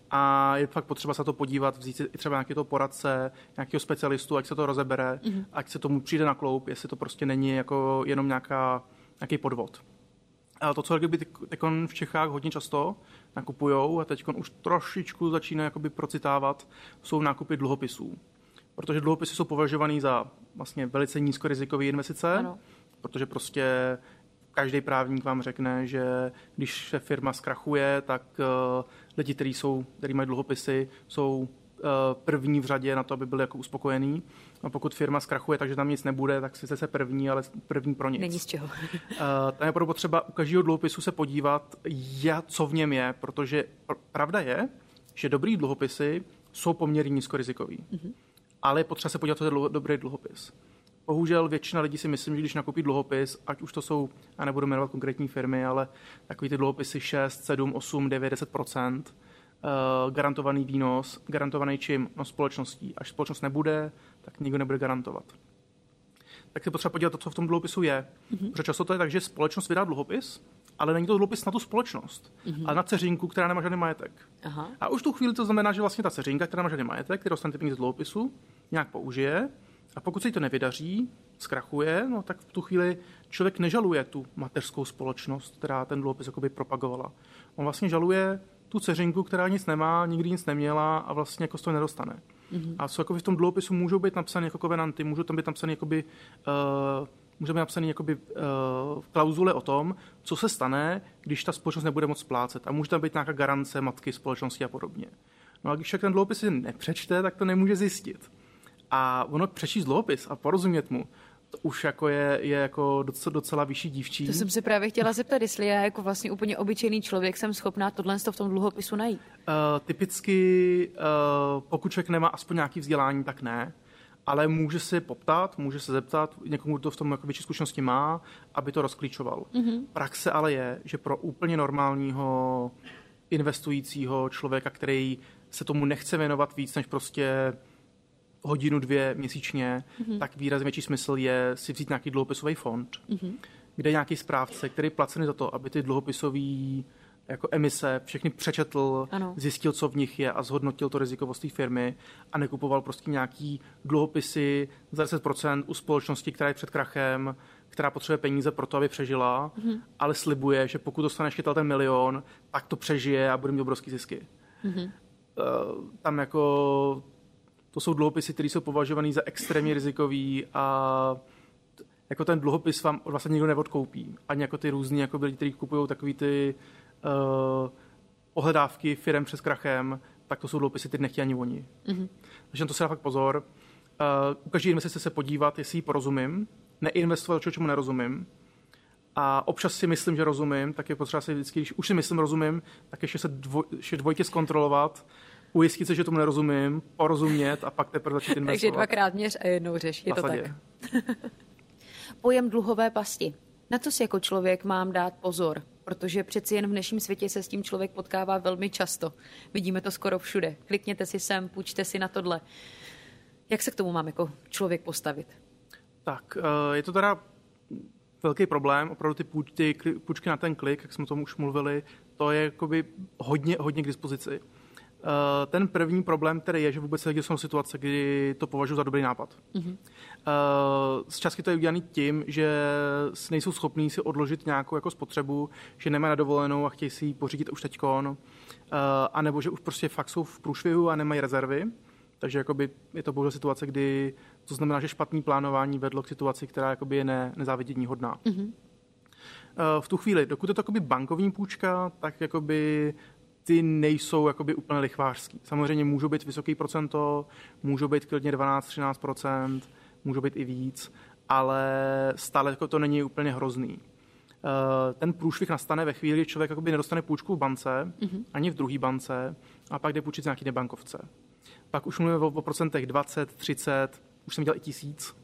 A je fakt potřeba se to podívat, vzít si i třeba nějakého poradce, nějakého specialistu, ať se to rozebere, mm-hmm. ať se tomu přijde na kloup, jestli to prostě není jako jenom nějaká, nějaký podvod. A to, co lidi teď v Čechách hodně často nakupujou a teď už trošičku začíná jakoby procitávat, jsou nákupy dluhopisů. Protože dluhopisy jsou považovaný za vlastně velice nízkorizikové investice, ano. Protože prostě každý právník vám řekne, že když se firma zkrachuje, tak uh, lidi, kteří jsou, který mají dluhopisy, jsou uh, první v řadě na to, aby byli jako uspokojení. A pokud firma zkrachuje, takže tam nic nebude, tak sice se první, ale první pro nic. Není z čeho. uh, tam je proto potřeba u každého dluhopisu se podívat, jak, co v něm je, protože pr- pravda je, že dobrý dluhopisy jsou poměrně nízkorizikový. Mm-hmm. Ale je potřeba se podívat, co je dlouho, dobrý dluhopis. Bohužel většina lidí si myslím, že když nakoupí dluhopis, ať už to jsou, já nebudu jmenovat konkrétní firmy, ale takový ty dluhopisy šest, sedm, osm, devět, deset procent, uh, garantovaný výnos, garantovaný čím? No společností. Až společnost nebude, tak nikdo nebude garantovat. Tak se potřeba podívat to, co v tom dluhopisu je. Mm-hmm. Protože často to je tak, že společnost vydá dluhopis, ale není to dluhopis na tu společnost, mm-hmm. ale na dceřinku, která nemá žádný majetek. Aha. A už tu chvíli to znamená, že vlastně ta dceřinka, která nemá žádný majetek, která dostane ty peníze z dluhopisu, nějak použije. A pokud se jí to nevydaří, zkrachuje, no tak v tu chvíli člověk nežaluje tu mateřskou společnost, která ten dluhopis jakoby propagovala. On vlastně žaluje tu dceřinku, která nic nemá, nikdy nic neměla a vlastně jako z toho nedostane. Mm-hmm. A co jako v tom dluhopisu můžou být napsané jako kovenanty, můžou tam být napsané jakoby, uh, můžeme napsané jakoby, uh, klauzule o tom, co se stane, když ta společnost nebude moc splácet. A může tam být nějaká garance matky společnosti a podobně. No a když však ten dluhopis si nepřečte, tak to nemůže zjistit. A ono přečíst dluhopis a porozumět mu, to už jako je, je jako docela, docela vyšší dívčí. To jsem se právě chtěla zeptat, jestli já jako vlastně úplně obyčejný člověk jsem schopná tohle v tom dluhopisu najít. Uh, typicky, uh, pokud člověk nemá aspoň nějaké vzdělání, tak ne. Ale může si poptat, může se zeptat někomu, kdo v tom jako větší zkušenosti má, aby to rozklíčoval. Mm-hmm. Praxe ale je, že pro úplně normálního investujícího člověka, který se tomu nechce věnovat víc než prostě hodinu, dvě měsíčně, mm-hmm. tak výrazně větší smysl je si vzít nějaký dluhopisový fond, mm-hmm. kde je nějaký správce, který je placený za to, aby ty dluhopisové jako emise, všechny přečetl, ano. zjistil, co v nich je a zhodnotil to rizikovost té firmy a nekupoval prostě nějaký dluhopisy za deset procent u společnosti, která je před krachem, která potřebuje peníze pro to, aby přežila, mm-hmm. ale slibuje, že pokud dostaneš chytal ten milion, tak to přežije a bude mít obrovský zisky. Mm-hmm. Uh, tam jako to jsou dluhopisy, které jsou považované za extrémně rizikový a jako ten dluhopis vám vlastně nikdo neodkoupí. Ani jako ty různý jako lidi, kteří kupují takový ty uh, ohledávky firem přes krachem, tak to jsou dluhopisy, ty nechtějí ani oni. Mm-hmm. Takže na to se dá fakt pozor. Uh, u každé investice se podívat, jestli ji porozumím, neinvestovat do čemu nerozumím. A občas si myslím, že rozumím, tak je potřeba si vždycky, když už si myslím, rozumím, tak ještě se dvoj, ještě dvojitě zkontrolovat, ujistit se, že tomu nerozumím, porozumět a pak teprve začít investovat. Takže dvakrát měř a jednou řeš, je to tak. Pojem dluhové pasti. Na to si jako člověk mám dát pozor, protože přeci jen v dnešním světě se s tím člověk potkává velmi často. Vidíme to skoro všude. Klikněte si sem, půjčte si na tohle. Jak se k tomu mám jako člověk postavit? Tak, je to teda velký problém, opravdu ty půjčky, půjčky na ten klik, jak jsme o tom už mluvili, to je jakoby hodně, hodně k dispozici. Ten první problém, který je, že vůbec lidi jsou situace, kdy to považuji za dobrý nápad. Mm-hmm. Z částky to je udělané tím, že nejsou schopní si odložit nějakou jako spotřebu, že nemají na dovolenou a chtějí si ji pořídit už teďkon, anebo že už prostě fakt jsou v průšvihu a nemají rezervy. Takže jakoby je to bohužel situace, kdy to znamená, že špatný plánování vedlo k situaci, která jakoby je ne, nezávidění hodná. Mm-hmm. V tu chvíli, dokud je to jakoby bankovní půjčka, tak jakoby ty nejsou jakoby úplně lichvářský. Samozřejmě můžou být vysoký procento, můžou být klidně dvanáct až třináct procent, můžou být i víc, ale stále jako to není úplně hrozný. Ten průšvih nastane ve chvíli, kdy člověk jakoby nedostane půjčku v bance, mm-hmm. ani v druhé bance, a pak jde půjčit z nějaký nebankovce. Pak už mluvíme o, o procentech dvacet, třicet, už jsem dělal i tisíc.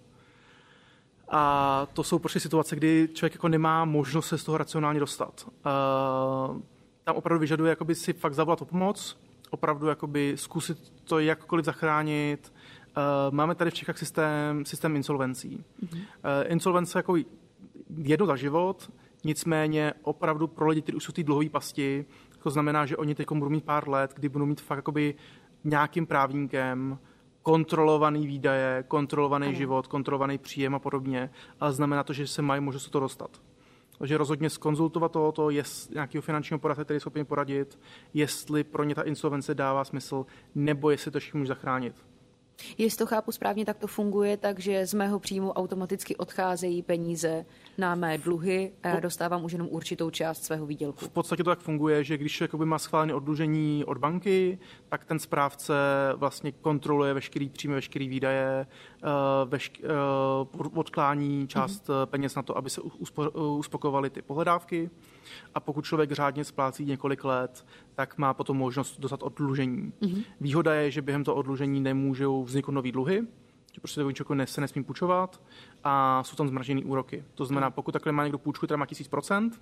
A to jsou prostě situace, kdy člověk jako nemá možnost se z toho racionálně dostat. Uh, tam opravdu vyžaduje jakoby si fakt zavolat o pomoc, opravdu jakoby zkusit to jakkoliv zachránit. Uh, máme tady v Čechách systém, systém insolvencí. Mm-hmm. Uh, insolvence jako jedno za život, nicméně opravdu pro lidi, kteří už jsou v té dluhové pasti, to znamená, že oni teď budou mít pár let, kdy budou mít fakt jakoby nějakým právníkem kontrolovaný výdaje, kontrolovaný ano. život, kontrolovaný příjem a podobně, ale znamená to, že se mají možnost to dostat. Takže rozhodně zkonzultovat tohoto, jest nějakého finančního poradce, který je schopný poradit, jestli pro ně ta insolvence dává smysl, nebo jestli to ještě může zachránit. Jestli to chápu správně, tak to funguje, takže z mého příjmu automaticky odcházejí peníze na mé dluhy a já dostávám už jenom určitou část svého výdělku. V podstatě to tak funguje, že když jakoby má schválené oddlužení od banky, tak ten správce vlastně kontroluje veškerý příjmy, veškerý výdaje, vešk- odklání část mm-hmm. peněz na to, aby se uspokojovaly ty pohledávky. A pokud člověk řádně splácí několik let, tak má potom možnost dostat oddlužení. Mm-hmm. Výhoda je, že během toho oddlužení nemůžou vzniknout nový dluhy, že prostě do ničeho se nesmí půjčovat a jsou tam zmražený úroky. To znamená, pokud takhle má někdo půjčku, která má tisíc procent,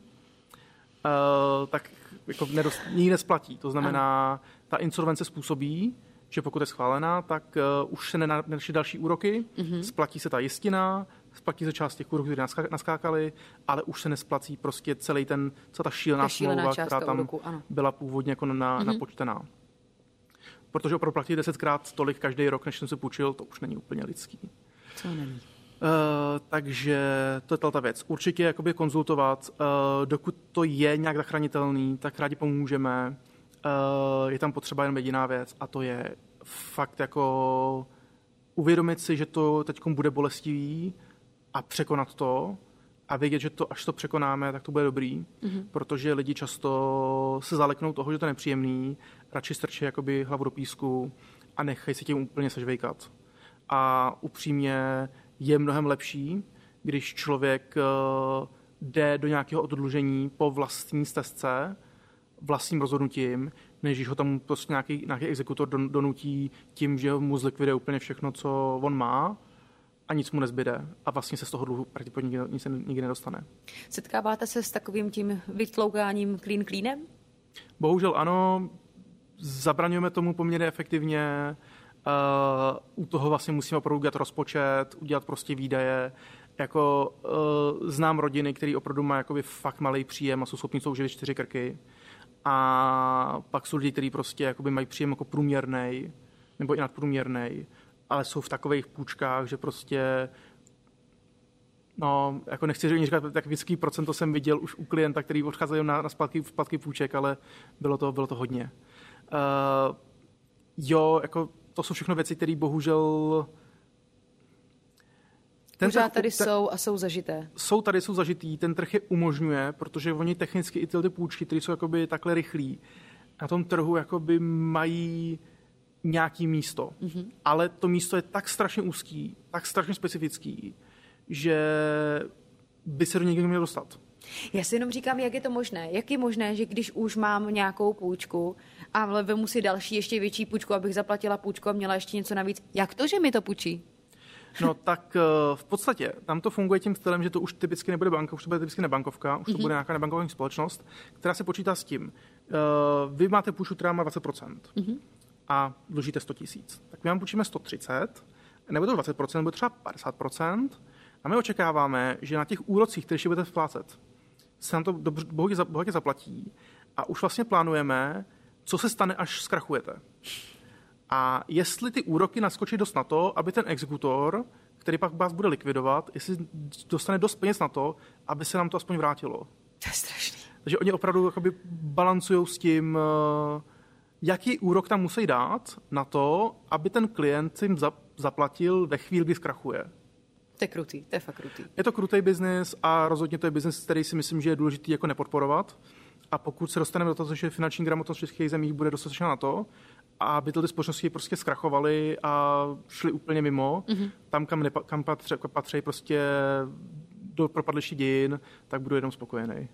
uh, tak jako nedost, nikdy nesplatí. To znamená, ta insolvence způsobí, že pokud je schválená, tak uh, už se nenašly další úroky, mm-hmm. splatí se ta jistina, splatí se část těch úroků, které naskákaly, ale už se nesplací prostě celý ten, celá ta šílená, ta šílená smlouva, která tam úroku, byla původně jako na, mm-hmm. napočtená. Protože opravdu platí desetkrát tolik každý rok, než jsem se půjčil, to už není úplně lidský. Co není? Uh, takže to je ta věc. Určitě jakoby konzultovat, uh, dokud to je nějak zachránitelný, tak rádi pomůžeme. Uh, je tam potřeba jen jediná věc a to je fakt jako uvědomit si, že to teď bude bolestivý a překonat to a vědět, že to, až to překonáme, tak to bude dobrý, mm-hmm. protože lidi často se zaleknou toho, že to je nepříjemný, radši strčí jakoby hlavu do písku a nechají se tím úplně sežvejkat. A upřímně je mnohem lepší, když člověk uh, jde do nějakého oddlužení po vlastní stezce, vlastním rozhodnutím, než když ho tam prostě nějaký, nějaký exekutor donutí tím, že mu zlikviduje úplně všechno, co on má a nic mu nezbyde a vlastně se z toho dluhu pravděpodobně nic nikdy nedostane. Setkáváte se s takovým tím vytloukáním klín klínem? Bohužel ano, zabraňujeme tomu poměrně efektivně. Uh, u toho vlastně musíme opravdu udělat rozpočet, udělat prostě výdaje. Jako, uh, znám rodiny, které opravdu mají jakoby fakt malý příjem a jsou schopni souživit čtyři krky. A pak jsou lidi, kteří prostě jakoby mají příjem jako průměrnej, nebo i nadprůměrnej, ale jsou v takových půjčkách, že prostě, no, jako nechci říkat, tak vždycky procento jsem viděl už u klienta, který odcházel na, na splatky, splatky půjček, ale bylo to, bylo to hodně. Uh, jo, jako to jsou všechno věci, které bohužel... Ten Pořád trh, tady ten, jsou a jsou zažité. Jsou tady, jsou zažitý, ten trh je umožňuje, protože oni technicky i ty, ty půjčky, které jsou jakoby takhle rychlí, na tom trhu jakoby mají nějaký místo. Mm-hmm. Ale to místo je tak strašně úzký, tak strašně specifický, že by se do něj měl dostat. Já si jenom říkám, jak je to možné. Jak je možné, že když už mám nějakou půjčku a vemu si další ještě větší půjčku, abych zaplatila půjčku a měla ještě něco navíc, jak to, že mi to půjčí? No tak v podstatě tam to funguje tím stylem, že to už typicky nebude banka, už to bude typicky nebankovka, už to mm-hmm. bude nějaká nebankovní společnost, která se počítá s tím. Vy máte půjčku, která má dvacet procent mm-hmm. a dlužíte sto tisíc. Tak my vám půjčíme sto třicet, nebo to dvacet procent, nebo třeba padesát procent a my očekáváme, že na těch úrocích, které ještě budete vplácet, se nám to dobře, bohatě, bohatě zaplatí a už vlastně plánujeme, co se stane, až zkrachujete. A jestli ty úroky naskočí dost na to, aby ten exekutor, který pak vás bude likvidovat, jestli dostane dost peněz na to, aby se nám to aspoň vrátilo. To je strašný. Takže oni opravdu jakoby balancují s tím, jaký úrok tam musí dát na to, aby ten klient jim zaplatil ve chvíli, kdy zkrachuje. To je krutý, to je fakt krutý. Je to krutý biznis a rozhodně to je biznis, který si myslím, že je důležitý jako nepodporovat. A pokud se dostaneme do toho, že finanční gramotnost v českých zemích bude dostatečná na to, aby ty společnosti prostě zkrachovaly a šly úplně mimo, mm-hmm. tam, kam, nepa, kam patře, patří prostě do propadlejší dějin, tak budu jenom spokojený.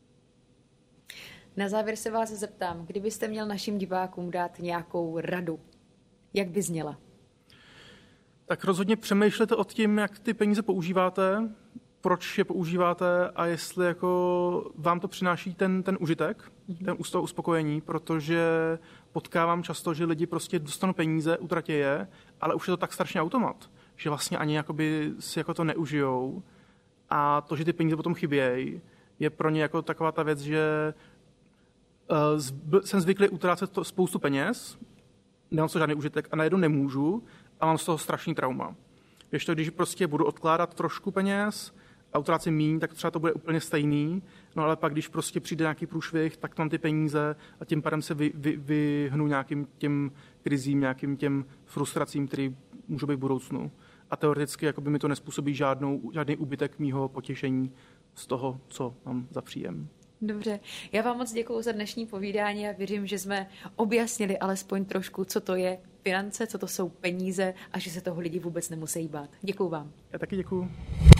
Na závěr se vás zeptám, kdybyste měl našim divákům dát nějakou radu, jak by zněla? Tak rozhodně přemýšlete o tím, jak ty peníze používáte, proč je používáte a jestli jako vám to přináší ten, ten užitek, mm-hmm. ten z toho uspokojení, protože potkávám často, že lidi prostě dostanou peníze, utratí je, ale už je to tak strašně automat, že vlastně ani jakoby si jako to neužijou a to, že ty peníze potom chybějí, je pro ně jako taková ta věc, že uh, jsem zvyklý utrácet to, spoustu peněz, nemám to žádný užitek a najednou nemůžu a mám z toho strašný trauma. Když to, když prostě budu odkládat trošku peněz a utrácím míň, tak třeba to bude úplně stejný, no ale pak, když prostě přijde nějaký průšvih, tak mám ty peníze a tím pádem se vy, vy, vyhnu nějakým těm krizím, nějakým těm frustracím, které můžou být v budoucnu. A teoreticky jakoby mi to nespůsobí žádnou, žádný úbytek mýho potěšení z toho, co mám za příjem. Dobře, já vám moc děkuju za dnešní povídání a věřím, že jsme objasnili alespoň trošku, co to je finance, co to jsou peníze a že se toho lidi vůbec nemusí bát. Děkuju vám. Já taky děkuju.